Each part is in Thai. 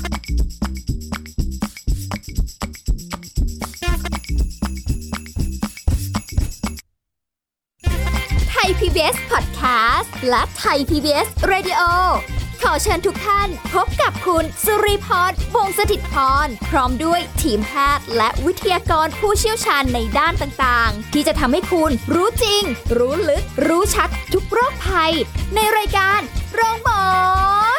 ไทย PBS Podcast และไทย PBS Radio ขอเชิญทุกท่านพบกับคุณสุริพร วงศ์สถิตย์พรพร้อมด้วยทีมแพทย์และวิทยากรผู้เชี่ยวชาญในด้านต่างๆที่จะทำให้คุณรู้จริงรู้ลึกรู้ชัดทุกโรคภัยในรายการโรงพยาบาล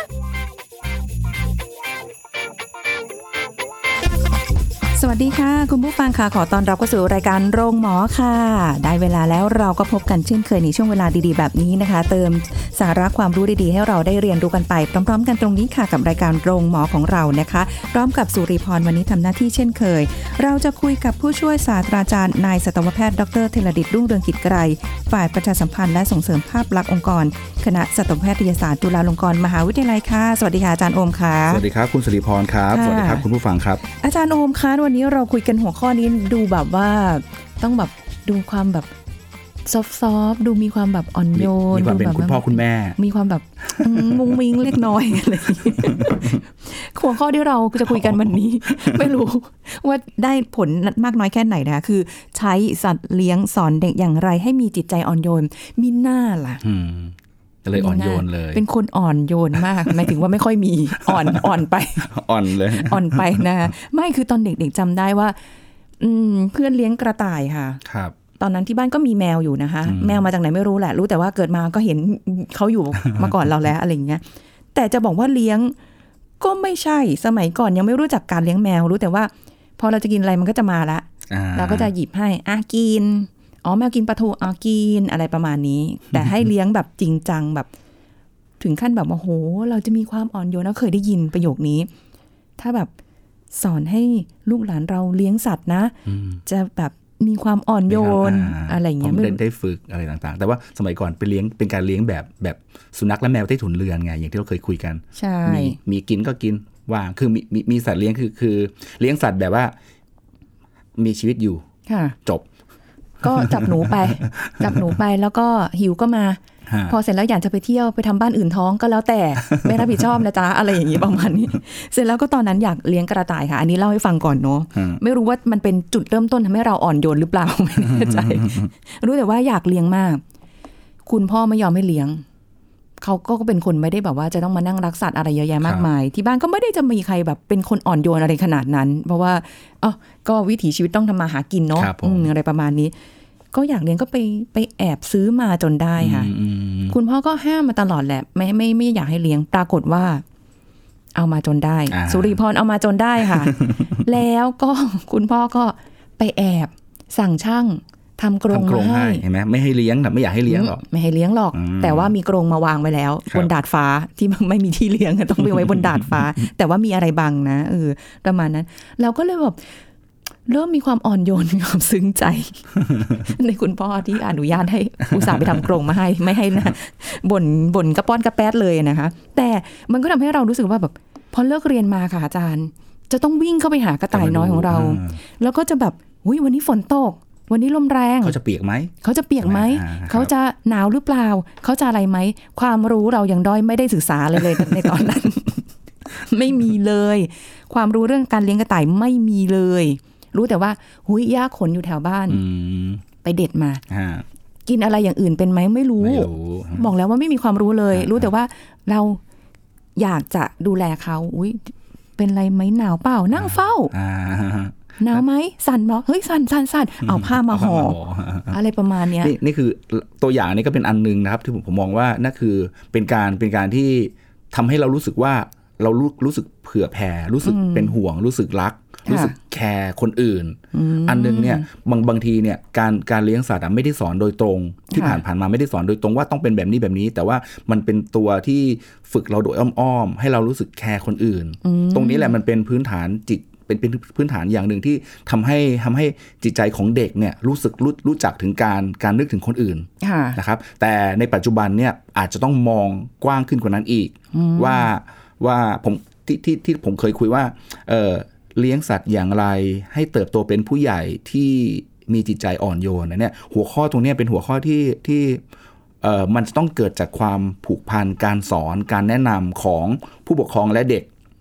สวัสดีค่ะคุณผู้ฟังค่ะขอต้อนรับเข้าสู่รายการโรงหมอค่ะได้เวลาแล้วเราก็พบกันเช่นเคยในช่วงเวลาดีๆแบบนี้นะคะเติมสาระความรู้ดีๆให้เราได้เรียนรู้กันไปพร้อมๆกันตรงนี้ค่ะกับรายการโรงหมอของเรานะคะพร้อมกับสุริพรวันนี้ทำหน้าที่เช่นเคยเราจะคุยกับผู้ช่วยศาสตราจารย์นายสัตวแพทย์ดร.ธีรดิษฐ์รุ่งเรืองกิจไกรฝ่ายประชาสัมพันธ์และส่งเสริมภาพลักษณ์องค์กรคณะสัตวแพทยศาสตร์จุฬาลงกรณ์มหาวิทยาลัยค่ะสวัสดีค่ะอาจารย์โอมค่ะสวัสดีครับคุณสุริพรครับสวัสดีครับคุณผู้ฟังครับอาจารย์โอมคะวันนี้เราคุยกันหัวข้อนี้ดูแบบว่าต้องแบบดูความแบบซอฟต์ดูมีความแบบอ่อนโยนมีความเป็นคุณพ่อคุณแม่มีความแบบมุ้งมิ้งเล็กน้อยอะไรหัวข้อที่เราจะคุยกันวันนี้ไม่รู้ว่าได้ผลมากน้อยแค่ไหนนะคะคือใช้สัตว์เลี้ยงสอนเด็กอย่างไรให้มีจิตใจอ่อนโยนมีหน้าล่ะก็เลยอ่อนโยนเลยเป็นคนอ่อนโยนมากหมายถึงว่าไม่ค่อยมีอ่อนไปอ่อนเลยอ่อนไปนะคะไม่คือตอนเด็กๆจำได้ว่าเพื่อนเลี้ยงกระต่ายค่ะครับตอนนั้นที่บ้านก็มีแมวอยู่นะคะแมวมาจากไหนไม่รู้แหละรู้แต่ว่าเกิดมาก็เห็นเขาอยู่ มาก่อนเราแล้วอะไรอย่างเงี้ยแต่จะบอกว่าเลี้ยงก็ไม่ใช่สมัยก่อนยังไม่รู้จักการเลี้ยงแมวรู้แต่ว่าพอเราจะกินอะไรมันก็จะมาละเราก็จะหยิบให้กินแมวกินปลาทูกินอะไรประมาณนี้แต่ให้เลี้ยงแบบจริงจังแบบถึงขั้นแบบโอ้โหเราจะมีความอ่อนโยนแล้วเคยได้ยินประโยคนี้ถ้าแบบสอนให้ลูกหลานเราเลี้ยงสัตว์นะจะแบบมีความอ่อนโยนอะไรอย่างเงี้ยผมได้ฝึกอะไรต่างๆแต่ว่าสมัยก่อนเป็นการเลี้ยงแบบสุนัขและแมวใต้ถุนเรือนไงอย่างที่เราเคยคุยกันใช่มีกินก็กินว่างคือมีสัตว์เลี้ยงคือเลี้ยงสัตว์แบบว่ามีชีวิตอยู่จบก็จับหนูไปแล้วก็หิวก็มาพอเสร็จแล้วอยากจะไปเที่ยวไปทำบ้านอื่นท้องก็แล้วแต่ไม่รับผิดชอบนะจ๊ะอะไรอย่างนี้ประมาณนี้เสร็จแล้วก็ตอนนั้นอยากเลี้ยงกระต่ายค่ะอันนี้เล่าให้ฟังก่อนเนาะไม่รู้ว่ามันเป็นจุดเริ่มต้นทำให้เราอ่อนโยนหรือเปล่าไม่แน่ใจรู้แต่ว่าอยากเลี้ยงมากคุณพ่อไม่ยอมให้เลี้ยงเขาก็เป็นคนไม่ได้แบบว่าจะต้องมานั่งรักสัตว์อะไรเยอะแยะมากมายที่บ้านก็ไม่ได้จะมีใครแบบเป็นคนอ่อนโยนอะไรขนาดนั้นเพราะว่าก็วิถีชีวิตต้องทำมาหากินเนาะอะไรประมาณนี้ก็อยากเลี้ยงก็ไปแอบซื้อมาจนได้ค่ะคุณพ่อก็ห้ามมาตลอดแหละไม่อยากให้เลี้ยงปรากฏว่าเอามาจนได้สุริพรเอามาจนได้ค่ะ แล้วก็คุณพ่อก็ไปแอบสั่งช่างทำกรงให้เห็นไหมไม่ให้เลี้ยงแต่ไม่อยากให้เลี้ยงหรอกไม่ให้เลี้ยงหรอกแต่ว่ามีกรงมาวางไว้แล้วบนดาดฟ้าที่ไม่มีที่เลี้ยงต้องไปไว้บนดาดฟ้าแต่ว่ามีอะไรบังนะประมาณนั้นเราก็เลยแบบเริ่มมีความอ่อนโยนมีความซึ้งใจ ในคุณพ่อที่อนุญาตให้อุตส่าห์ไปทำกรงมาให้ไม่ให้นะบ่นกระป้อนกระแป๊ดเลยนะคะแต่มันก็ทำให้เรารู้สึกว่าแบบพอเลิกเรียนมาค่ะอาจารย์จะต้องวิ่งเข้าไปหากระต่ายน้อยของเราแล้วก็จะแบบวันนี้ฝนตกวันนี้ลมแรงเขาจะเปียกไหมเขาจะหนาวหรือเปล่าเขาจะอะไรไหมความรู้เรายังด้อยไม่ได้ศึกษาเลยในตอนนั้น ไม่มีเลยความรู้เรื่องการเลี้ยงกระต่ายไม่มีเลยรู้แต่ว่าหญ้าขนอยู่แถวบ้านไปเด็ดมากินอะไรอย่างอื่นเป็นไหมไม่รู้บอกแล้วว่าไม่มีความรู้เลยรู้แต่ว่าเราอยากจะดูแลเขาเป็นไรไหมหนาวเปล่านั่งเฝ้าหนาวไหมสั่นเหรอเฮ้ยสั่นเอาผ้ามาห่ออะไรประมาณนี้นี่คือตัวอย่างนี้ก็เป็นอันนึงนะครับที่ผมมองว่านั่นคือเป็นการที่ทำให้เรารู้สึกว่าเรารู้สึกเผื่อแผ่รู้สึกเป็นห่วงรู้สึกรักรู้สึกแคร์คนอื่นอันนึงเนี่ยบางทีเนี่ยการเลี้ยงสัตว์ไม่ได้สอนโดยตรงที่ผ่านมาไม่ได้สอนโดยตรงว่าต้องเป็นแบบนี้แต่ว่ามันเป็นตัวที่ฝึกเราโดยอ้อมๆให้เรารู้สึกแคร์คนอื่นตรงนี้แหละมันเป็นพื้นฐานจิตเป็นพื้นฐานอย่างหนึ่งที่ทำให้จิตใจของเด็กเนี่ยรู้จักถึงการนึกถึงคนอื่นนะครับแต่ในปัจจุบันเนี่ยอาจจะต้องมองกว้างขึ้นกว่านั้นอีกว่าผมที่ผมเคยคุยว่าเลี้ยงสัตว์อย่างไรให้เติบโตเป็นผู้ใหญ่ที่มีจิตใจอ่อนโยนเนี่ยหัวข้อตรงนี้เป็นหัวข้อที่มันจะต้องเกิดจากความผูกพันการสอนการแนะนำของผู้ปกครองและเด็ก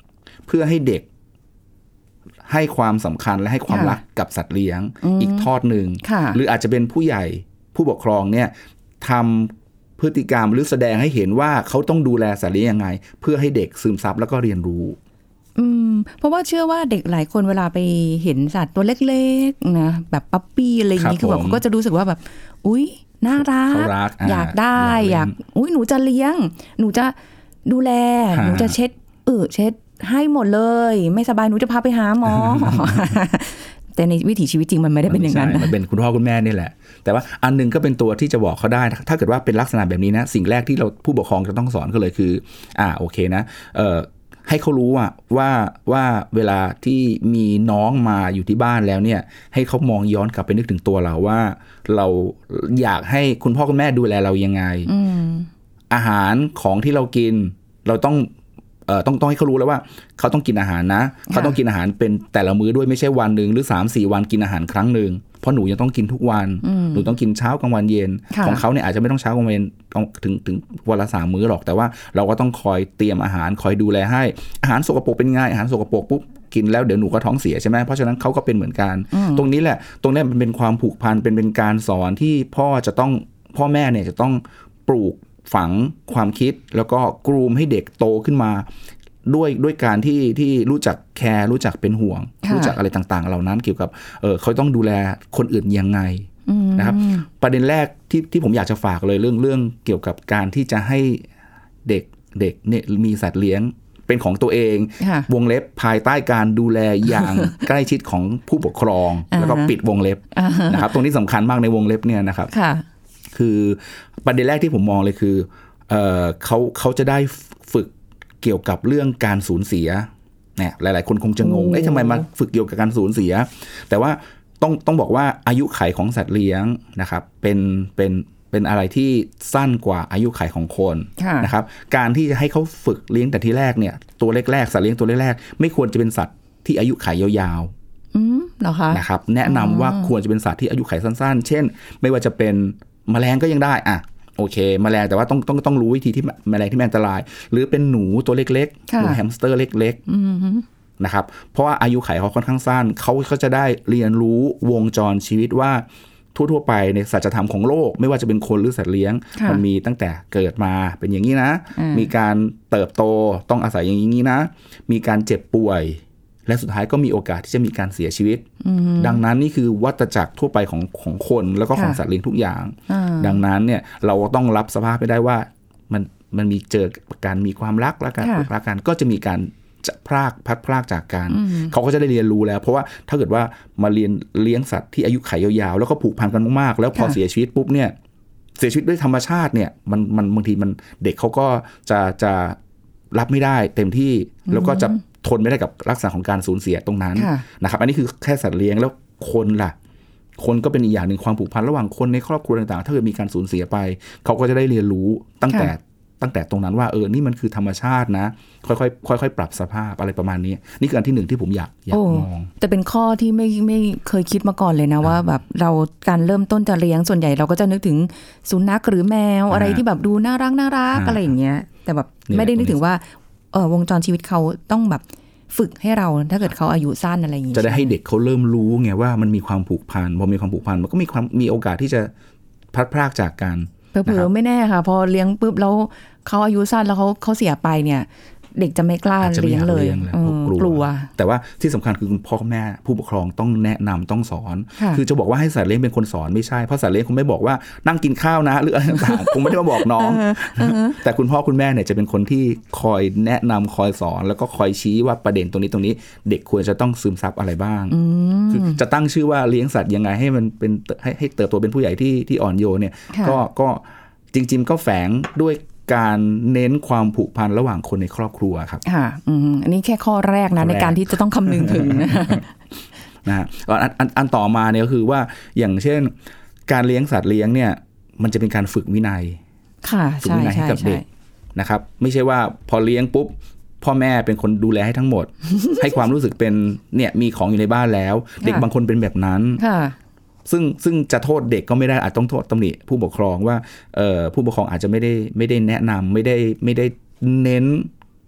เพื่อให้เด็กให้ความสำคัญและให้ความรักกับสัตว์เลี้ยงอีกทอดหนึ่งหรืออาจจะเป็นผู้ใหญ่ผู้ปกครองเนี่ยทำพฤติกรรมหรือแสดงให้เห็นว่าเขาต้องดูแลสัตว์เลี้ยงยังไงเพื่อให้เด็กซึมซับแล้วก็เรียนรู้เพราะว่าเชื่อว่าเด็กหลายคนเวลาไปเห็นสัตว์ตัวเล็กๆนะแบบปั๊ปปี้อะไรอย่างนี้คือแบบเขาก็จะรู้สึกว่าแบบอุ๊ยน่ารักอยากได้อยากอุ๊ยหนูจะเลี้ยงหนูจะดูแลหนูจะเช็ดเช็ดให้หมดเลยไม่สบายหนูจะพาไปหาหมอ แต่ในวิถีชีวิตจริงมันไม่ได้เป็นอย่างนั้นมันเป็นคุณพ่อคุณแม่นี่แหละแต่ว่าอันนึงก็เป็นตัวที่จะบอกเขาได้ถ้าเกิดว่าเป็นลักษณะแบบนี้นะสิ่งแรกที่เราผู้ปกครองจะต้องสอนเขาเลยคือโอเคนะให้เขารู้ว่าเวลาที่มีน้องมาอยู่ที่บ้านแล้วเนี่ยให้เขามองย้อนกลับไปนึกถึงตัวเราว่าเราอยากให้คุณพ่อคุณแม่ดูแลเรายังไงอาหารของที่เรากินเราต้องให้เขารู้แล้วว่าเขาต้องกินอาหารนะเขาต้องกินอาหารเป็นแต่ละมื้อด้วยไม่ใช่วันนึงหรือ 3-4 วันกินอาหารครั้งนึงเพราะหนูยังต้องกินทุกวันหนูต้องกินเช้ากลางวันเย็นของเขาเนี่ยอาจจะไม่ต้องเช้ากลางวันถึงวันละ3 มื้อหรอกแต่ว่าเราก็ต้องคอยเตรียมอาหารคอยดูแลให้อาหารสกปรกเป็นไงอาหารสกปรกปุ๊บกินแล้วเดี๋ยวหนูก็ท้องเสียใช่ไหมเพราะฉะนั้นเขาก็เป็นเหมือนกันตรงนี้แหละตรงนี้มันเป็นความผูกพันเป็นการสอนที่พ่อแม่เนี่ยจะต้องปลูกฝังความคิดแล้วก็กรูมให้เด็กโตขึ้นมาด้วยการที่รู้จักแคร์รู้จักเป็นห่วงรู้จักอะไรต่างๆเหล่านั้นเกี่ยวกับเขาต้องดูแลคนอื่นยังไงนะครับประเด็นแรกที่ผมอยากจะฝากเลยเรื่องเกี่ยวกับการที่จะให้เด็กเนี่ยมีสัตว์เลี้ยงเป็นของตัวเองวงเล็บภายใต้การดูแลอย่างใกล้ชิดของผู้ปกครองแล้วก็ปิดวงเล็บนะครับตรงนี้สำคัญมากในวงเล็บเนี่ยนะครับคือประเด็นแรกที่ผมมองเลยคือเขาจะได้ฝึกเกี่ยวกับเรื่องการสูญเสียเนี่ยหลายๆคนคงจะงงทำไมมาฝึกเกี่ยวกับการสูญเสียแต่ว่าต้องบอกว่าอายุขัยของสัตว์เลี้ยงนะครับเป็นอะไรที่สั้นกว่าอายุขัยของคนนะครับการที่จะให้เขาฝึกเลี้ยงแต่ทีแรกเนี่ยตัวแรกๆสัตว์เลี้ยงตัวแรกๆไม่ควรจะเป็นสัตว์ที่อายุขัยยาวๆเหรอคะนะครับแนะนำว่าควรจะเป็นสัตว์ที่อายุขัยสั้นๆเช่นไม่ว่าจะเป็นแมลงก็ยังได้โอเคแมลงแต่ว่าต้องรู้วิธีที่แมลงที่ไม่อันตรายหรือเป็นหนูตัวเล็กๆหนูแฮมสเตอร์เล็กๆนะครับเพราะว่าอายุขัยเขาค่อนข้างสั้นเขาจะได้เรียนรู้วงจรชีวิตว่าทั่วไปในสัจธรรมของโลกไม่ว่าจะเป็นคนหรือสัตว์เลี้ยงมันมีตั้งแต่เกิดมาเป็นอย่างนี้นะมีการเติบโตต้องอาศัยอย่างนี้นะมีการเจ็บป่วยและสุดท้ายก็มีโอกาสที่จะมีการเสียชีวิตดังนั้นนี่คือวัฏจักรทั่วไปของคนแล้วก็ของสัตว์เลี้ยงทุกอย่างดังนั้นเนี่ยเราต้องรับสภาพไปได้ว่ามันมีเจอการมีความรักและการรักกันก็จะมีการจะพัดพรากจากกันเขาก็จะได้เรียนรู้แล้วเพราะว่าถ้าเกิดว่ามาเลี้ยงสัตว์ที่อายุขัยยาวๆแล้วก็ผูกพันกันมากๆแล้วพอเสียชีวิตปุ๊บเนี่ยเสียชีวิตด้วยธรรมชาติเนี่ยมันบางทีมันเด็กเขาก็จะรับไม่ได้เต็มที่แล้วก็จะทนไม่ได้กับลักษณะของการสูญเสียตรงนั้นนะครับอันนี้คือแค่สัตว์เลี้ยงแล้วคนล่ะคนก็เป็นอีกอย่างหนึ่งความผูกพันระหว่างคนในครอบครัวต่างๆถ้าเกิดมีการสูญเสียไปเขาก็จะได้เรียนรู้ตั้งแต่ตรงนั้นว่านี่มันคือธรรมชาตินะค่อยปรับสภาพอะไรประมาณนี้นี่คืออันที่หนึ่งที่ผมอยากมองแต่เป็นข้อที่ไม่เคยคิดมาก่อนเลยนะว่าแบบเราการเริ่มต้นจะเลี้ยงส่วนใหญ่เราก็จะนึกถึงสุนัขหรือแมวอะไรที่แบบดูน่ารักอะไรอย่างเงี้ยแต่แบบไม่ได้นึกถึงว่าวงจรชีวิตเขาต้องแบบฝึกให้เราถ้าเกิดเขาอายุสั้นอะไรอย่างนี้จะได้ให้เด็กเขาเริ่มรู้ไงว่ามันมีความผูกพันพอมีความผูกพันมันก็มีโอกาสที่จะพลัดพรากจากกันเผลอๆไม่แน่ค่ะพอเลี้ยงปุ๊บแล้วเขาอายุสั้นแล้วเขาเสียไปเนี่ยเด็กจะไม่กล้าเลี้ยงเลยกลัวแต่ว่าที่สำคัญคือคุณพ่อแม่ผู้ปกครองต้องแนะนำต้องสอนคือจะบอกว่าให้สัตว์เลี้ยงเป็นคนสอนไม่ใช่เพราะสัตว์เลี้ยงคงไม่บอกว่านั่งกินข้าวนะหรืออะไรต่างๆคงไม่ได้มาบอกน้องแต่คุณพ่อคุณแม่เนี่ยจะเป็นคนที่คอยแนะนำคอยสอนแล้วก็คอยชี้ว่าประเด็นตรงนี้เด็กควรจะต้องซึมซับอะไรบ้างคือจะตั้งชื่อว่าเลี้ยงสัตว์ยังไงให้มันเป็นให้เติบโตเป็นผู้ใหญ่ที่อ่อนโยนเนี่ยก็จริงๆก็แฝงด้วยการเน้นความผูกพันระหว่างคนในครอบครัวครับอันนี้แค่ข้อแรกนะในการที่จะต้องคำนึงถึงนะอันต่อมาเนี่ยก็คือว่าอย่างเช่นการเลี้ยงสัตว์เลี้ยงเนี่ยมันจะเป็นการฝึกวินัยฝึกวินัยให้กับเด็กนะครับไม่ใช่ว่าพอเลี้ยงปุ๊บพ่อแม่เป็นคนดูแลให้ทั้งหมด ให้ความรู้สึกเป็นเนี่ยมีของอยู่ในบ้านแล้วเด็กบางคนเป็นแบบนั้นซึ่งจะโทษเด็กก็ไม่ได้อาจต้องโทษตำหนิผู้ปกครองว่าผู้ปกครองอาจจะไม่ได้แนะนำไม่ได้เน้น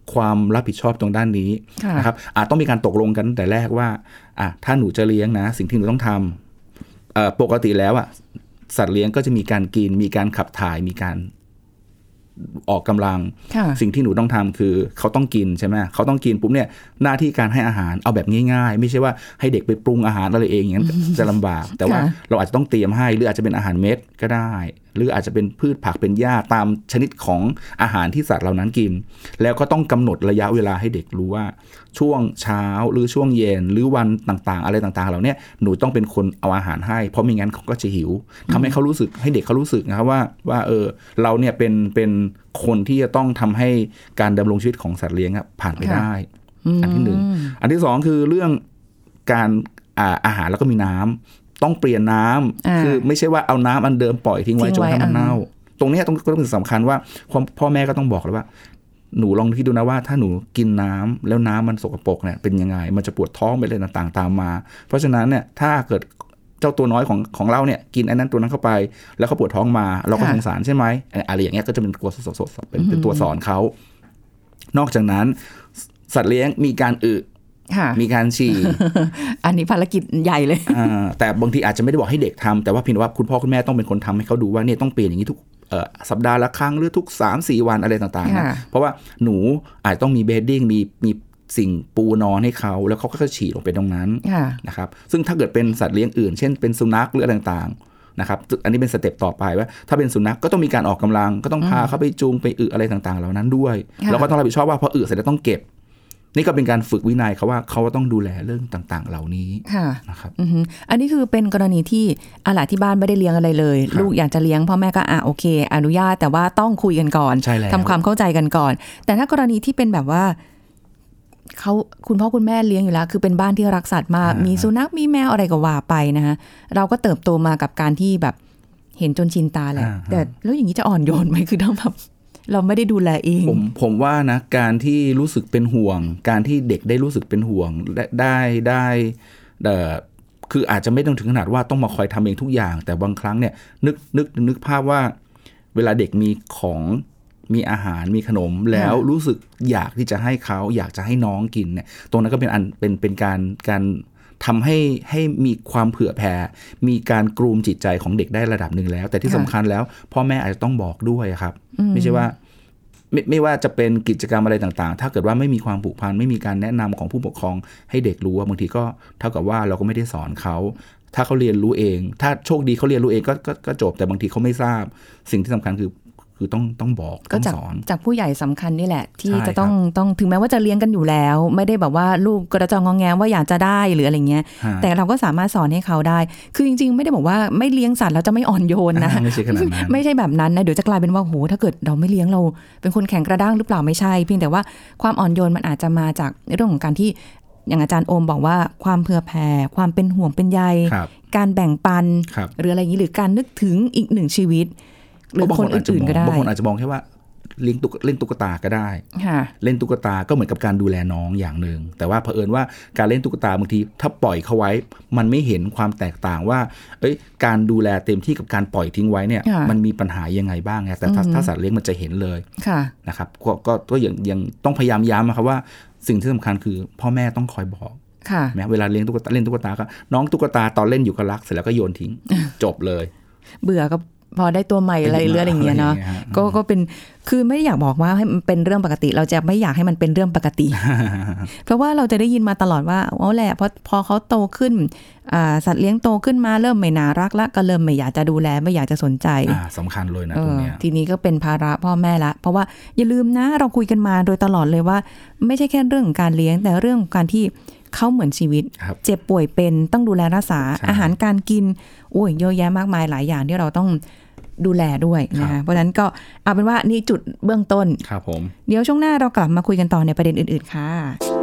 ความรับผิดชอบตรงด้านนี้นะครับต้องมีการตกลงกันตั้งแต่แรกว่าถ้าหนูจะเลี้ยงนะสิ่งที่หนูต้องทำปกติแล้วสัตว์เลี้ยงก็จะมีการกินมีการขับถ่ายมีการออกกำลังสิ่งที่หนูต้องทำคือเขาต้องกินใช่ไหมเขาต้องกินปุ๊บเนี่ยหน้าที่การให้อาหารเอาแบบง่ายๆไม่ใช่ว่าให้เด็กไปปรุงอาหารอะไรเองอย่างนั้นจะลำบากแต่ว่าเราอาจจะต้องเตรียมให้หรืออาจจะเป็นอาหารเม็ดก็ได้หรืออาจจะเป็นพืชผักเป็นหญ้าตามชนิดของอาหารที่สัตว์เหล่านั้นกินแล้วก็ต้องกำหนดระยะเวลาให้เด็กรู้ว่าช่วงเช้าหรือช่วงเย็นหรือวันต่างๆอะไรต่างๆเหล่านี้หนูต้องเป็นคนเอาอาหารให้เพราะไม่งั้นเขาก็จะหิวทำให้เขารู้สึกให้เด็กเขารู้สึกนะครับว่าเราเนี่ยเป็นคนที่จะต้องทำให้การดำรงชีวิตของสัตว์เลี้ยงผ่านไปได้อันที่หนึ่งอันที่สองคือเรื่องการอาหารแล้วก็มีน้ำต้องเปลี่ยนน้ำคือไม่ใช่ว่าเอาน้ำอันเดิมปล่อยทิ้งไว้จนทำมันเน่าตรงนี้ต้องเป็นสำคัญว่าพ่อแม่ก็ต้องบอกแล้วว่าหนูลองคิดดูนะว่าถ้าหนูกินน้ำแล้วน้ำมันสกปรกเนี่ยเป็นยังไงมันจะปวดท้องไปเลยต่างๆตามมาเพราะฉะนั้นเนี่ยถ้าเกิดเจ้าตัวน้อยของเราเนี่ยกินไอ้นั้นตัวนั้นเข้าไปแล้วเขาปวดท้องมาเราก็สงสารใช่ไหมอะไรอย่างเงี้ยก็จะเป็นตัวเป็นตัวสอนเขานอกจากนั้นสัตว์เลี้ยงมีการมีการฉี่อันนี้ภารกิจใหญ่เลยแต่บางทีอาจจะไม่ได้บอกให้เด็กทำแต่ว่าเพียงแต่ว่าคุณพ่อคุณแม่ต้องเป็นคนทำให้เขาดูว่าเนี่ยต้องเปลี่ยนอย่างนี้ทุกสัปดาห์ละครั้งหรือทุก 3-4 วันอะไรต่างๆนะเพราะว่าหนูอาจต้องมีเบดดิ้งมีสิ่งปูนอนให้เขาแล้วเขาก็ฉี่ลงไปตรงนั้นนะครับซึ่งถ้าเกิดเป็นสัตว์เลี้ยงอื่นเช่นเป็นสุนัขหรืออะไรต่างๆนะครับอันนี้เป็นสเต็ปต่อไปว่าถ้าเป็นสุนัขก็ต้องมีการออกกำลังก็ต้องพาเขาไปจูงไปอะไรต่างๆเหล่านั้นด้วยแล้วก็ต้องรับผิดชอบว่าพอเสร็จแล้วต้องเก็บนี่ก็เป็นการฝึกวินัยเขาว่าเขาต้องดูแลเรื่องต่างๆเหล่านี้นะครับอันนี้คือเป็นกรณีที่ที่บ้านไม่ได้เลี้ยงอะไรเลยลูกอยากจะเลี้ยงพ่อแม่ก็โอเคอนุญาตแต่ว่าต้องคุยกันก่อนทำความเข้าใจกันก่อนแต่ถ้ากรณีที่เป็นแบบว่าคุณพ่อคุณแม่เลี้ยงอยู่แล้วคือเป็นบ้านที่รักสัตว์มากมีสุนัขมีแมวอะไรก็ว่าไปนะคะเราก็เติบโตมากับการที่แบบเห็นจนชินตาแหละแต่แล้วอย่างนี้จะอ่อนโยนไหมคือต้องแบบเราไม่ได้ดูแลเองผมว่านะการที่รู้สึกเป็นห่วงการที่เด็กได้รู้สึกเป็นห่วงได้คืออาจจะไม่ต้องถึงขนาดว่าต้องมาคอยทำเองทุกอย่างแต่บางครั้งเนี่ยนึกภาพว่าเวลาเด็กมีของมีอาหารมีขนมแล้วรู้สึกอยากที่จะให้เขาอยากจะให้น้องกินเนี่ยตรงนั้นก็เป็นการทำให้มีความเผื่อแผ่มีการกรูมจิตใจของเด็กได้ระดับหนึ่งแล้วแต่ที่สำคัญแล้วพ่อแม่อาจจะต้องบอกด้วยครับไม่ใช่ว่าไม่ว่าจะเป็นกิจกรรมอะไรต่างๆถ้าเกิดว่าไม่มีความผูกพันไม่มีการแนะนำของผู้ปกครองให้เด็กรู้ว่าบางทีก็เท่ากับว่าเราก็ไม่ได้สอนเขาถ้าเขาเรียนรู้เองถ้าโชคดีเขาเรียนรู้เองก็จบแต่บางทีเขาไม่ทราบสิ่งที่สำคัญคือต้องบอกต้องสอนจากผู้ใหญ่สำคัญนี่แหละที่จะต้องถึงแม้ว่าจะเลี้ยงกันอยู่แล้วไม่ได้แบบว่าลูกกระจองงอแงว่าอยากจะได้หรืออะไรเงี้ยแต่เราก็สามารถสอนให้เขาได้คือจริงๆไม่ได้บอกว่าไม่เลี้ยงสัตว์แล้วจะไม่อ่อนโยนนะไม่ใช่ขนาดนั้นไม่ใช่แบบนั้นนะเดี๋ยวจะกลายเป็นว่าโหถ้าเกิดเราไม่เลี้ยงเราเป็นคนแข็งกระด้างหรือเปล่าไม่ใช่เพียงแต่ว่าความอ่อนโยนมันอาจจะมาจากเรื่องของการที่อย่างอาจารย์โอมบอกว่าความเผื่อแผ่ความเป็นห่วงเป็นใยการแบ่งปันหรืออะไรอย่างนี้หรือการนึกถึงอีกหนึ่งชีวิตหรือคนอื่นๆก็ได้บางคนอาจจะมองแค่ว่าเล่นตุ๊กตาก็ได้เล่นตุ๊กตาก็เหมือนกับการดูแลน้องอย่างหนึ่งแต่ว่าเผอิญว่าการเล่นตุ๊กตาบางทีถ้าปล่อยเขาไว้มันไม่เห็นความแตกต่างว่าการดูแลเต็มที่กับการปล่อยทิ้งไว้เนี่ยมันมีปัญหายังไงบ้างไงแต่ถ้าสัตว์เลี้ยงมันจะเห็นเลยนะครับก็ยังต้องพยายามย้ำนะครับว่าสิ่งที่สำคัญคือพ่อแม่ต้องคอยบอกแม้เวลาเล่นตุ๊กตาก็น้องตุ๊กตาตอนเล่นอยู่ก็รักเสร็จแล้วก็โยนทิ้งจบเลยเบื่อก็พอได้ตัวใหม่อะไรเรื่องอย่างเงี้ยเนาะก็เป็นคือไม่อยากบอกว่าให้มันเป็นเรื่องปกติเราจะไม่อยากให้มันเป็นเรื่องปกติ เพราะว่าเราจะได้ยินมาตลอดว่าอ๋อแหละพอเขาโตขึ้นสัตว์เลี้ยงโตขึ้นมาเริ่มไม่น่ารักละก็เริ่มไม่อยากจะดูแลไม่อยากจะสนใจสำคัญเลยนะตรงนี้ทีนี้ก็เป็นภาระพ่อแม่ละเพราะว่าอย่าลืมนะเราคุยกันมาโดยตลอดเลยว่าไม่ใช่แค่เรื่องการเลี้ยงแต่เรื่องการที่เขาเหมือนชีวิตเจ็บป่วยเป็นต้องดูแลรักษาอาหารการกินโอ้ยเยอะแยะมากมายหลายอย่างที่เราต้องดูแลด้วยนะคะเพราะฉะนั้นก็เอาเป็นว่านี่จุดเบื้องต้นครับผมเดี๋ยวช่วงหน้าเรากลับมาคุยกันต่อในประเด็นอื่นๆค่ะ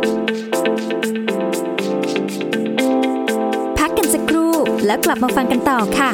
พักกันสักครู่แล้วกลับมาฟังกันต่อค่ะ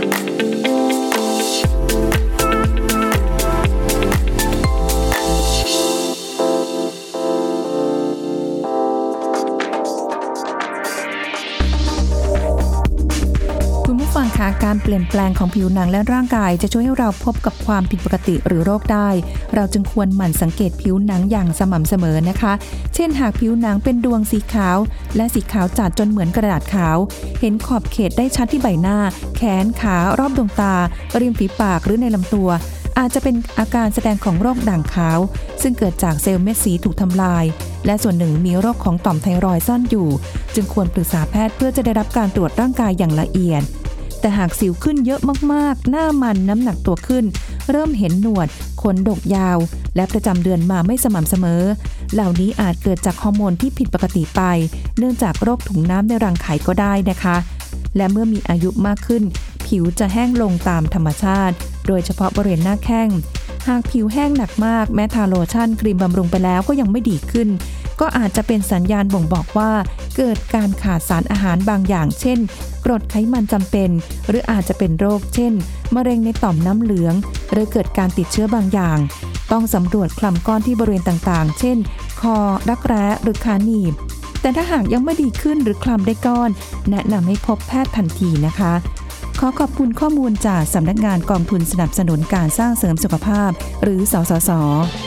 คุณผู้ฟังคะนะคะการเปลี่ยนแปลงของผิวหนังและร่างกายจะช่วยให้เราพบกับความผิดปกติหรือโรคได้เราจึงควรหมั่นสังเกตผิวหนังอย่างสม่ำเสมอนะคะเช่นหากผิวหนังเป็นดวงสีขาวและสีขาวจัดจนเหมือนกระดาษขาวเห็นขอบเขตได้ชัดที่ใบหน้าแขนขารอบดวงตาริมฝีปากหรือในลำตัวอาจจะเป็นอาการแสดงของโรคด่างขาวซึ่งเกิดจากเซลล์เม็ดสีถูกทำลายและส่วนหนึ่งมีโรคของต่อมไทรอยด์ซ่อนอยู่จึงควรปรึกษาแพทย์เพื่อจะได้รับการตรวจร่างกายอย่างละเอียดแต่หากสิวขึ้นเยอะมากๆหน้ามันน้ำหนักตัวขึ้นเริ่มเห็นหนวดขนดกยาวและประจำเดือนมาไม่สม่ำเสมอเหล่านี้อาจเกิดจากฮอร์โมนที่ผิดปกติไปเนื่องจากโรคถุงน้ำในรังไข่ก็ได้นะคะและเมื่อมีอายุมากขึ้นผิวจะแห้งลงตามธรรมชาติโดยเฉพาะบริเวณหน้าแข้งหากผิวแห้งหนักมากแม้ทาโลชั่นครีมบำรุงไปแล้วก็ยังไม่ดีขึ้นก็อาจจะเป็นสัญญาณบ่งบอกว่าเกิดการขาดสารอาหารบางอย่างเช่นกรดไขมันจำเป็นหรืออาจจะเป็นโรคเช่นมะเร็งในต่อมน้ำเหลืองหรือเกิดการติดเชื้อบางอย่างต้องสำรวจคล้ำก้อนที่บริเวณต่างๆเช่นคอรักแร้หรือขาหนีบแต่ถ้าหากยังไม่ดีขึ้นหรือคล้ำได้ก้อนแนะนำให้พบแพทย์ทันทีนะคะขอขอบคุณข้อมูลจากสำนักงานกองทุนสนับสนุนการสร้างเสริมสุขภาพหรือสสส.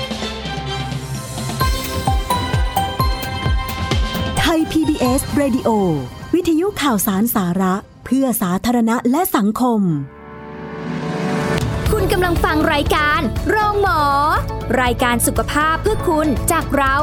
ไทย PBS Radio วิทยุข่าวสารสาระเพื่อสาธารณะและสังคมคุณกำลังฟังรายการโรงหมอรายการสุขภาพเพื่อคุณจากเรา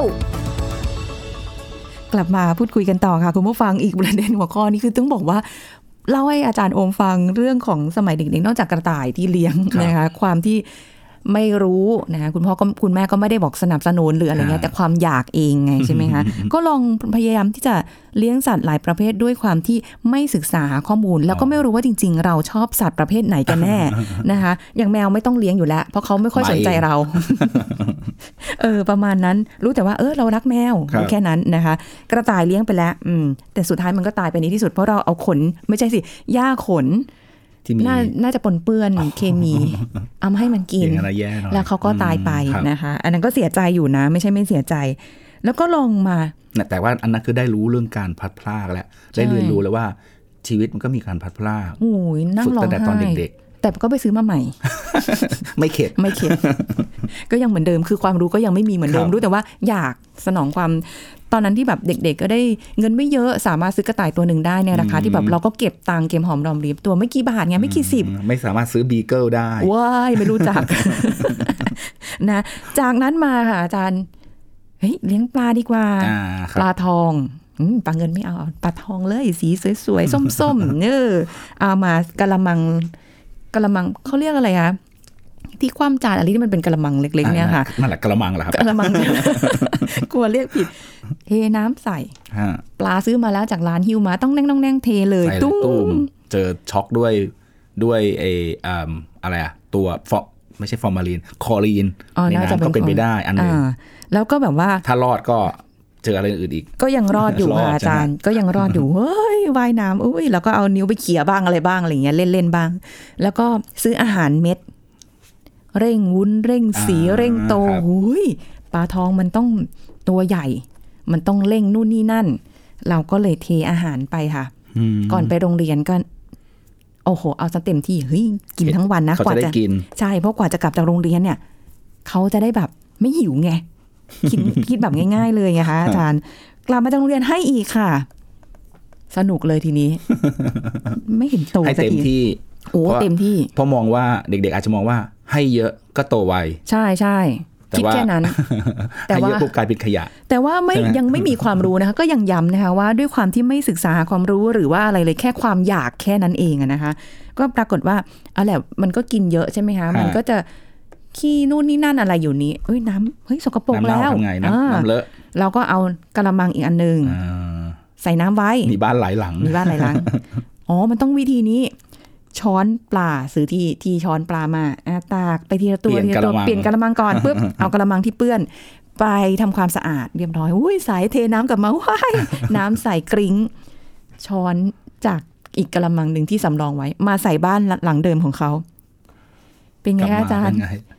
กลับมาพูดคุยกันต่อค่ะคุณผู้ฟังอีกประเด็นหัวข้อนี้คือต้องบอกว่าเล่าให้อาจารย์โอมฟังเรื่องของสมัยเด็กๆนอกจากกระต่ายที่เลี้ยงนะคะความที่ไม่รู้นะคุณพ่อก็คุณแม่ก็ไม่ได้บอกสนับสนุนหรืออะไรเงี้ยแต่ความอยากเองไงใช่ไหมคะก็ลองพยายามที่จะเลี้ยงสัตว์หลายประเภทด้วยความที่ไม่ศึกษาข้อมูลแล้วก็ไม่รู้ว่าจริงๆเราชอบสัตว์ประเภทไหนกันแน่นะคะอย่างแมวไม่ต้องเลี้ยงอยู่แล้วเพราะเขาไม่ค่อยสนใจเราประมาณนั้นรู้แต่ว่าเรารักแมวแค่นั้นนะคะกระต่ายเลี้ยงไปแล้วแต่สุดท้ายมันก็ตายไปในที่สุดเพราะเราเอาขนไม่ใช่สิหญ้าขนน่าจะปนเปื้อนเคมีเอามาให้มันกินแล้วเขาก็ตายไปนะคะอันนั้นก็เสียใจอยู่นะไม่ใช่ไม่เสียใจแล้วก็ลองมาแต่ว่าอันนั้นคือได้รู้เรื่องการพลัดพรากแล้วได้เรียนรู้แล้วว่าชีวิตมันก็มีการพลัดพรากโอ้ยนั่งร้องไห้ตั้งแต่ตอนเด็กๆแต่ก็ไปซื้อมาใหม่ไม่เข็ดก็ยังเหมือนเดิมคือความรู้ก็ยังไม่มีเหมือนเดิมรู้แต่ว่าอยากสนองความตอนนั้นที่แบบเด็กๆก็ได้เงินไม่เยอะสามารถซื้อกระต่ายตัวหนึ่งได้ในราคาที่แบบเราก็เก็บตังค์เก็บหอมรอมริบตัวไม่กี่บาทไงไม่กี่สิบไม่สามารถซื้อบีเกิลได้ว้ายไม่รู้จัก นะจากนั้นมาค่ะอาจารย์เลี้ยงปลาดีกว่าปลาทองปลาเงินไม่เอาปลาทองเลยสีสวยๆส้มๆเอามากะละมังเขาเรียกอะไรคะที่คว่ำจานอะไรที่มันเป็นกะละมังเล็กๆเนี่ยค่ะนั่นแหละกะละมังเหรอครับกะละมัง กลัวเรียกผิดเทน้ำใส่ปลาซื้อมาแล้วจากร้านฮิวมาต้องแน่งเทเลยตุ้มเจอช็อกด้วยอะไรอะตัวไม่ใช่ฟอร์มาลีนคลอรีนในน้ำก็เป็นไปได้อันนึงแล้วก็แบบว่าถ้ารอดก็เจออะไรอื่นอีกก็ยังรอดอยู่อาจารย์ก็ยังรอดอยู่เฮ้ยว่ายน้ำอุ้ยแล้วก็เอานิ้วไปเขี่ยบ้างอะไรบ้างอะไรเงี้ยเล่นบ้างแล้วก็ซื้ออาหารเม็ดเร่งวุ้นเร่งสีเร่งโตปลาทองมันต้องตัวใหญ่มันต้องเร่งนู่นนี่นั่นเราก็เลยเทอาหารไปค่ะก่อนไปโรงเรียนก็โอ้โหเอาซะเต็มที่กินทั้งวันนะกว่าจะใช่เพราะกว่าจะกลับจากโรงเรียนเนี่ยเขาจะได้แบบไม่หิวไงคิดแบบง่ายๆเลยไงคะอาจารย์กลับมาจากโรงเรียนให้อีกค่ะสนุกเลยทีนี้ไม่เห็นโตสักทีโอ้เต็มที่เพราะมองว่าเด็กๆอาจจะมองว่าให้เยอะก็โตไวใช่คิดแค่นั้นแต่ว่าปุ๊บกลายเป็นขยะแต่ว่ายังไม่มีความรู้นะคะก็ยังย้ำนะคะว่าด้วยความที่ไม่ศึกษาความรู้หรือว่าอะไรเลยแค่ความอยากแค่นั้นเองนะคะก็ปรากฏว่าเอาแหละมันก็กินเยอะใช่ไหมคะมันก็จะขี้นู่นนี่นั่นอะไรอยู่นี้น้ำสกปรกแล้วน้ำเลอะเราก็เอากระมังอีกอันนึงใส่น้ำไว้มีบ้านหลายหลังอ๋อมันต้องวิธีนี้ช้อนปลาซื้อที่ช้อนปลามาตากไปทีละตัวเปลี่ยนกระมังก่อนปุ๊บเอากระมังที่เปื้อนไปทำความสะอาดเรียบร้อยใส่เทน้ำกลับมาว้ายน้ำใส่กริ้งช้อนจากอีกกระมังหนึ่งที่สำรองไว้มาใส่บ้านหลังเดิมของเขาเป็นไงอาจารย์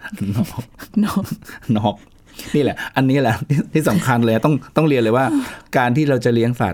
นอกนี่แหละอันนี้แหละที่สำคัญเลยต้องเรียนเลยว่าการที่เราจะเลี้ยงสัตว์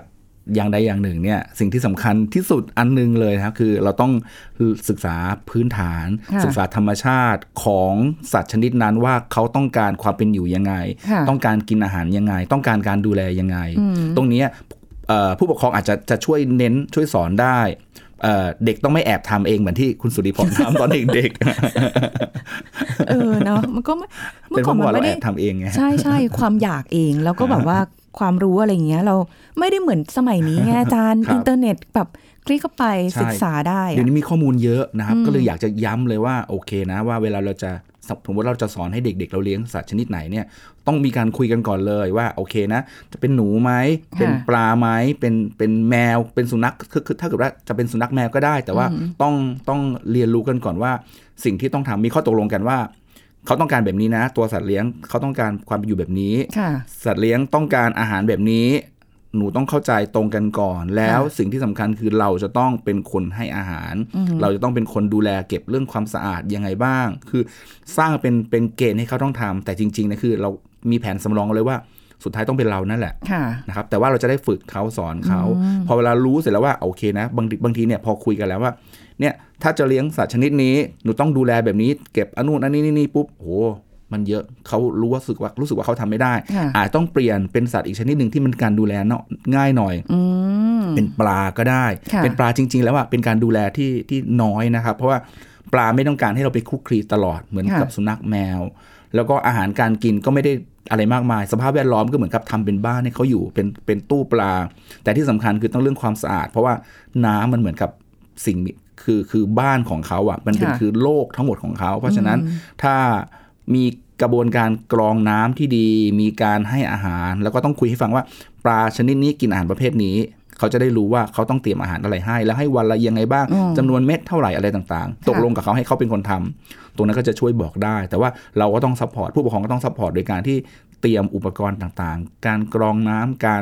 อย่างใดอย่างหนึ่งเนี่ยสิ่งที่สำคัญที่สุดอันนึงเลยนะครับคือเราต้องศึกษาพื้นฐานศึกษาธรรมชาติของสัตว์ชนิดนั้นว่าเขาต้องการความเป็นอยู่ยังไงต้องการกินอาหารยังไงต้องการการดูแลยังไงตรงนี้ผู้ปกครองอาจจะช่วยเน้นช่วยสอนได้เด็กต้องไม่แอบทำเองเหมือนที่คุณสุริพรทำตอนเด็กๆเนาะมันก็เมื่อก่อนมันไม่ได้ทำเองไงใช่ความอยากเองแล้วก็แบบว่าความรู้อะไรอย่างเงี้ยเราไม่ได้เหมือนสมัยนี้ไงอาจารย์อินเทอร์เน็ตแบบคลิกเข้าไปศึกษาได้เดี๋ยวนี้มีข้อมูลเยอะนะครับก็เลยอยากจะย้ำเลยว่าโอเคนะว่าเวลาเราจะสมมติเราจะสอนให้เด็กๆเราเลี้ยงสัตว์ชนิดไหนเนี่ยต้องมีการคุยกันก่อนเลยว่าโอเคนะจะเป็นหนูไหมเป็นปลาไหมเป็นแมวเป็นสุนัขคือถ้าเกิดว่าจะเป็นสุนัขแมวก็ได้แต่ว่าต้องเรียนรู้กันก่อนว่าสิ่งที่ต้องทำมีข้อตกลงกันว่าเขาต้องการแบบนี้นะตัวสัตว์เลี้ยงเขาต้องการความเป็นอยู่แบบนี้สัตว์เลี้ยงต้องการอาหารแบบนี้หนูต้องเข้าใจตรงกันก่อนแล้วสิ่งที่สำคัญคือเราจะต้องเป็นคนให้อาหารเราจะต้องเป็นคนดูแลเก็บเรื่องความสะอาดยังไงบ้างคือสร้างเป็นเกณฑ์ให้เขาต้องทำแต่จริงๆนะคือเรามีแผนสำรองเลยว่าสุดท้ายต้องเป็นเรานั่นแหละนะครับแต่ว่าเราจะได้ฝึกเขาสอนเขาพอเวลารู้เสร็จแล้วว่าโอเคนะบางทีเนี่ยพอคุยกันแล้วว่าเนี่ยถ้าจะเลี้ยงสัตว์ชนิดนี้หนูต้องดูแลแบบนี้เก็บอันนู้นอันนี้นี่ปุ๊บโหมันเยอะเขารู้สึกว่าเขาทำไม่ได้อาจต้องเปลี่ยนเป็นสัตว์อีกชนิดหนึ่งที่มันการดูแลง่ายหน่อยเป็นปลาก็ได้เป็นปลาจริงๆแล้วอ่ะเป็นการดูแลที่น้อยนะครับเพราะว่าปลาไม่ต้องการให้เราไปคลุกคลีตลอดเหมือนกับสุนัขแมวแล้วก็อาหารการกินก็ไม่ได้อะไรมากมายสภาพแวดล้อมก็เหมือนกับทำเป็นบ้านให้เขาอยู่เป็นตู้ปลาแต่ที่สำคัญคือต้องเรื่องความสะอาดเพราะว่าน้ำมันเหมือนกับสิ่งคือบ้านของเขาอ่ะมันเป็นคือโลกทั้งหมดของเขาเพราะฉะนั้นถ้ามีกระบวนการกรองน้ำที่ดีมีการให้อาหารแล้วก็ต้องคุยให้ฟังว่าปลาชนิดนี้กินอาหารประเภทนี้เขาจะได้รู้ว่าเขาต้องเตรียมอาหารอะไรให้แล้วให้วันละยังไงบ้างจำนวนเม็ดเท่าไหร่อะไรต่างๆตกลงกับเขาให้เขาเป็นคนทำตรงนั้นก็จะช่วยบอกได้แต่ว่าเราก็ต้องซัพพอร์ตผู้ปกครองก็ต้องซัพพอร์ตโดยการที่เตรียมอุปกรณ์ต่างๆการกรองน้ำการ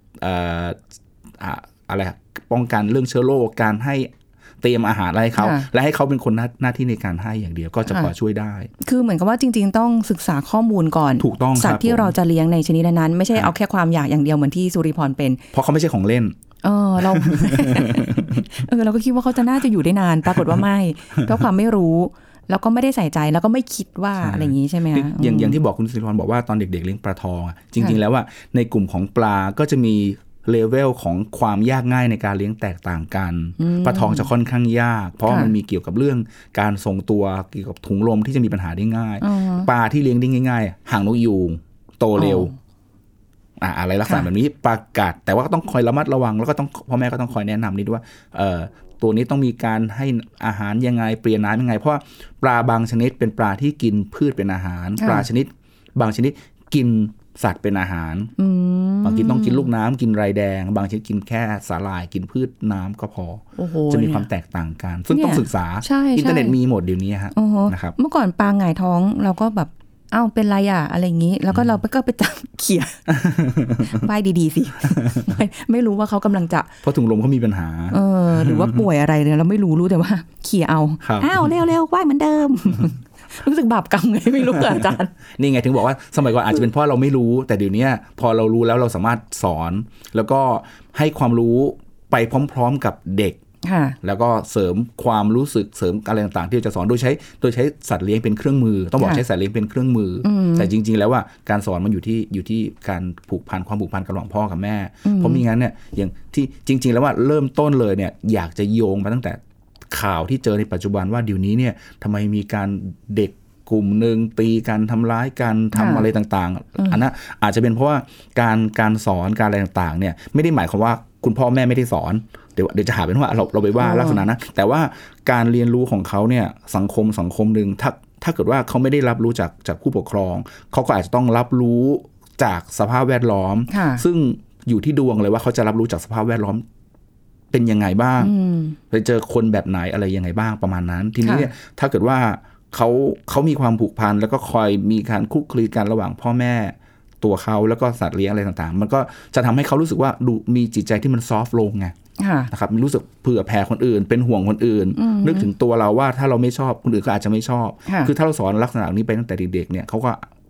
อะไรป้องกันเรื่องเชื้อโรคการให้เตรียมอาหารอะไรเขาและให้เขาเป็นคนหน้าที่ในการให้อย่างเดียวก็จะพอช่วยได้คือเหมือนกับว่าจริงๆต้องศึกษาข้อมูลก่อนถูกต้องสัตว์ที่เราจะเลี้ยงในชนิดนั้นไม่ใช่เอาแค่ความอยากอย่างเดียวเหมือนที่สุริพรเป็นเพราะเขาไม่ใช่ของเล่นเรา เราก็คิดว่าเขาจะน่าจะอยู่ได้นานปรากฏว่าไม่เพราะความไม่รู้แล้วก็ไม่ได้ใส่ใจแล้วก็ไม่คิดว่าอะไรอย่างนี้ใช่ไหมคะอย่างที่บอกคุณสุริพรบอกว่าตอนเด็กๆเลี้ยงปลาทองจริงๆแล้วว่าในกลุ่มของปลาก็จะมีเลเวลของความยากง่ายในการเลี้ยงแตกต่างกันปลาทองจะค่อนข้างยากเพราะมันมีเกี่ยวกับเรื่องการทรงตัวเกี่ยวกับถุงลมที่จะมีปัญหาได้ง่ายปลาที่เลี้ยงได้ง่ายๆหางนกยูงโตเร็วอะไรลักษณะแบบนี้ปลากัดแต่ว่าก็ต้องคอยระมัดระวังแล้วก็ต้องพ่อแม่ก็ต้องคอยแนะนำนิดว่าตัวนี้ต้องมีการให้อาหารยังไงเปลี่ยนน้ำยังไงเพราะปลาบางชนิดเป็นปลาที่กินพืชเป็นอาหารปลาชนิดบางชนิดกินสัตว์เป็นอาหารบางทีต้องกินลูกน้ำกินไรแดงบางชนิดกินแค่สาหร่ายกินพืชน้ำก็พอจะมีความแตกต่างกันซึ่งต้องศึกษาอินเทอร์เน็ตมีหมดเดี๋ยวนี้ฮะนะครับเมื่อก่อนปลาหงายท้องเราก็แบบเป็นไรอ่ะอะไรอย่างนี้แล้วก็เราก็ไปจับเขี่ยใบดีๆสิ ไม่รู้ว่าเขากำลังจะเพราะถุงลมเขามีปัญหาหรือว่าป่วยอะไรเนี่ยเราไม่รู้แต่ว่าเขี่ยเอาเร็วๆไหวเหมือนเดิม รู้สึกบาปกรรมไงไม่รู้อาจารย์นี่ไงถึงบอกว่าสมัยก่อนอาจจะเป็นเพราะเราไม่รู้แต่เดี๋ยวนี้พอเรารู้แล้วเราสามารถสอนแล้วก็ให้ความรู้ไปพร้อมๆกับเด็กแล้วก็เสริมความรู้สึกเสริมอะไรต่างๆที่จะสอนโดยใช้สัตว์เลี้ยงเป็นเครื่องมือต้องบอกใช้สัตว์เลี้ยงเป็นเครื่องมือแต่จริงๆแล้วว่าการสอนมันอยู่ที่การผูกพันความผูกพันกับระหว่างพ่อกับแม่เพราะมิงั้นเนี่ยอย่างที่จริงๆแล้วว่าเริ่มต้นเลยเนี่ยอยากจะโยงมาตั้งแต่ข่าวที่เจอในปัจจุบันว่าเดี๋ยวนี้เนี่ยทำไมมีการเด็กกลุ่มหนึ่งตีกันทำร้ายกันทำอะไรต่างๆอันนั้นอาจจะเป็นเพราะว่าการสอนการอะไรต่างๆเนี่ยไม่ได้หมายความว่าคุณพ่อแม่ไม่ได้สอนเดี๋ยวจะหาเป็นว่าเราไปว่าลักษณะนะแต่ว่าการเรียนรู้ของเขาเนี่ยสังคมหนึ่งถ้าเกิดว่าเขาไม่ได้รับรู้จากผู้ปกครองเขาก็อาจจะต้องรับรู้จากสภาพแวดล้อมซึ่งอยู่ที่ดวงเลยว่าเขาจะรับรู้จากสภาพแวดล้อมเป็นยังไงบ้างไปเจอคนแบบไหนอะไรยังไงบ้างประมาณนั้นทีนี้เนี่ยถ้าเกิดว่าเขามีความผูกพันแล้วก็คอยมีการคลุกคลีกันระหว่างพ่อแม่ตัวเขาแล้วก็สัตว์เลี้ยงอะไรต่างๆมันก็จะทำให้เขารู้สึกว่าดูมีจิตใจที่มันซอฟต์ลงไงนะครับรู้สึกเผื่อแผ่คนอื่นเป็นห่วงคนอื่นนึกถึงตัวเราว่าถ้าเราไม่ชอบคนอื่นก็อาจจะไม่ชอบคือถ้าเราสอนลักษณะนี้ไปตั้งแต่เด็กๆเนี่ยเขาก็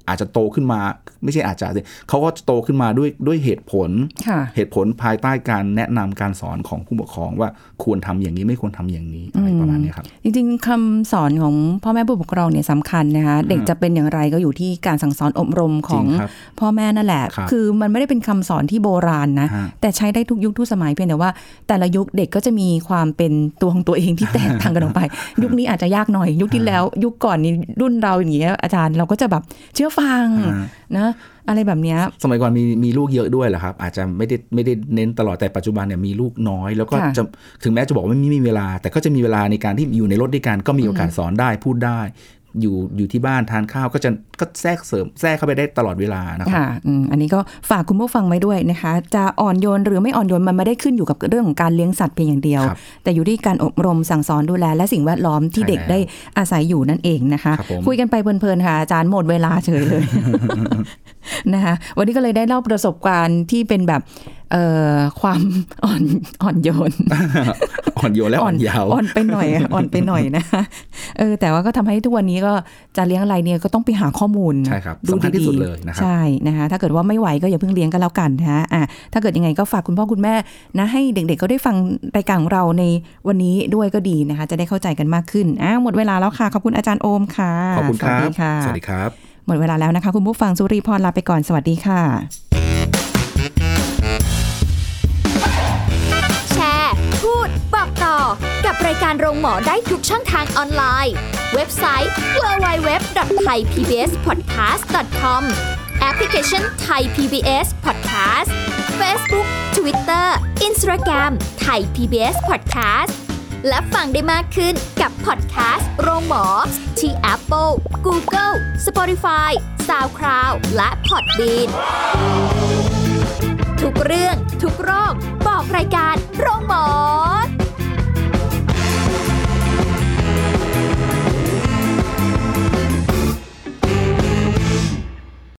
อาจจะโตขึ้นมาไม่ใช่อาจจะเขาก็โตขึ้นมาด้วยเหตุผลภายใต้การแนะนำการสอนของผู้ปกครองว่าควรทำอย่างนี้ไม่ควรทำอย่างนี้อะไรประมาณนี้ครับจริงๆคำสอนของพ่อแม่ผู้ปกครองเนี่ยสำคัญนะคะเด็กจะเป็นอย่างไรก็อยู่ที่การสั่งสอนอบรมของพ่อแม่นั่นแหละคือมันไม่ได้เป็นคำสอนที่โบราณนะแต่ใช้ได้ทุกยุคทุกสมัยเพียงแต่ว่าแต่ละยุคเด็กก็จะมีความเป็นตัวของตัวเองที่แตกต่างกันออกไปยุคนี้อาจจะยากหน่อยยุคที่แล้วยุคก่อนนี้รุ่นเราอย่างเงี้ยอาจารย์เราก็จะแบบเชื่อฟังนะอะไรแบบนี้สมัยก่อนมีลูกเยอะด้วยแหละครับอาจจะไม่ได้เน้นตลอดแต่ปัจจุบันเนี่ยมีลูกน้อยแล้วก็จะถึงแม้จะบอกว่าไม่มีเวลาแต่ก็จะมีเวลาในการที่อยู่ในรถด้วยกันก็มีโอกาสสอนได้พูดได้อยู่ที่บ้านทานข้าวก็แทรกเข้าไปได้ตลอดเวลานะครับอันนี้ก็ฝากคุณผู้ฟังไว้ด้วยนะคะจะอ่อนโยนหรือไม่อ่อนโยนมันไม่ได้ขึ้นอยู่กับเรื่องของการเลี้ยงสัตว์เพียงอย่างเดียวแต่อยู่ที่การอบรมสั่งสอนดูแลและสิ่งแวดล้อมที่เด็กได้อาศัยอยู่นั่นเองนะคะคุยกันไปเพลินๆค่ะอาจารย์หมดเวลาเฉยเลย นะคะวันนี้ก็เลยได้เล่าประสบการณ์ที่เป็นแบบความอ่อนโยนอ่อนโยนและอ่อนยาวอ่อนไปหน่อยนะคะแต่ว่าก็ทำให้ทุกวันนี้ก็จะเลี้ยงอะไรเนี่ยก็ต้องไปหาข้อมูลใช่ครับสำคัญที่สุดเลยนะครับใช่นะคะถ้าเกิดว่าไม่ไหวก็อย่าเพิ่งเลี้ยงก็แล้วกันนะคะถ้าเกิดยังไงก็ฝากคุณพ่อคุณแม่นะให้เด็กๆก็ได้ฟังรายการของเราในวันนี้ด้วยก็ดีนะคะจะได้เข้าใจกันมากขึ้นหมดเวลาแล้วค่ะขอบคุณอาจารย์โอมค่ะขอบคุณครับสวัสดีครับหมดเวลาแล้วนะคะคุณผู้ฟังสุรีพรลาไปก่อนสวัสดีค่ะแชร์พูดบอกต่อกับรายการโรงหมอได้ทุกช่องทางออนไลน์เว็บไซต์ www.thaipbspodcast.com แอปพลิเคชัน Thai PBS Podcast Facebook Twitter Instagram Thai PBS Podcast และฟังได้มากขึ้นกับพอดแคสต์โรงหมอที่ Apple, Google, Spotify, SoundCloud และ Podbean ทุกเรื่องทุกโรคบอกรายการโรงหมอ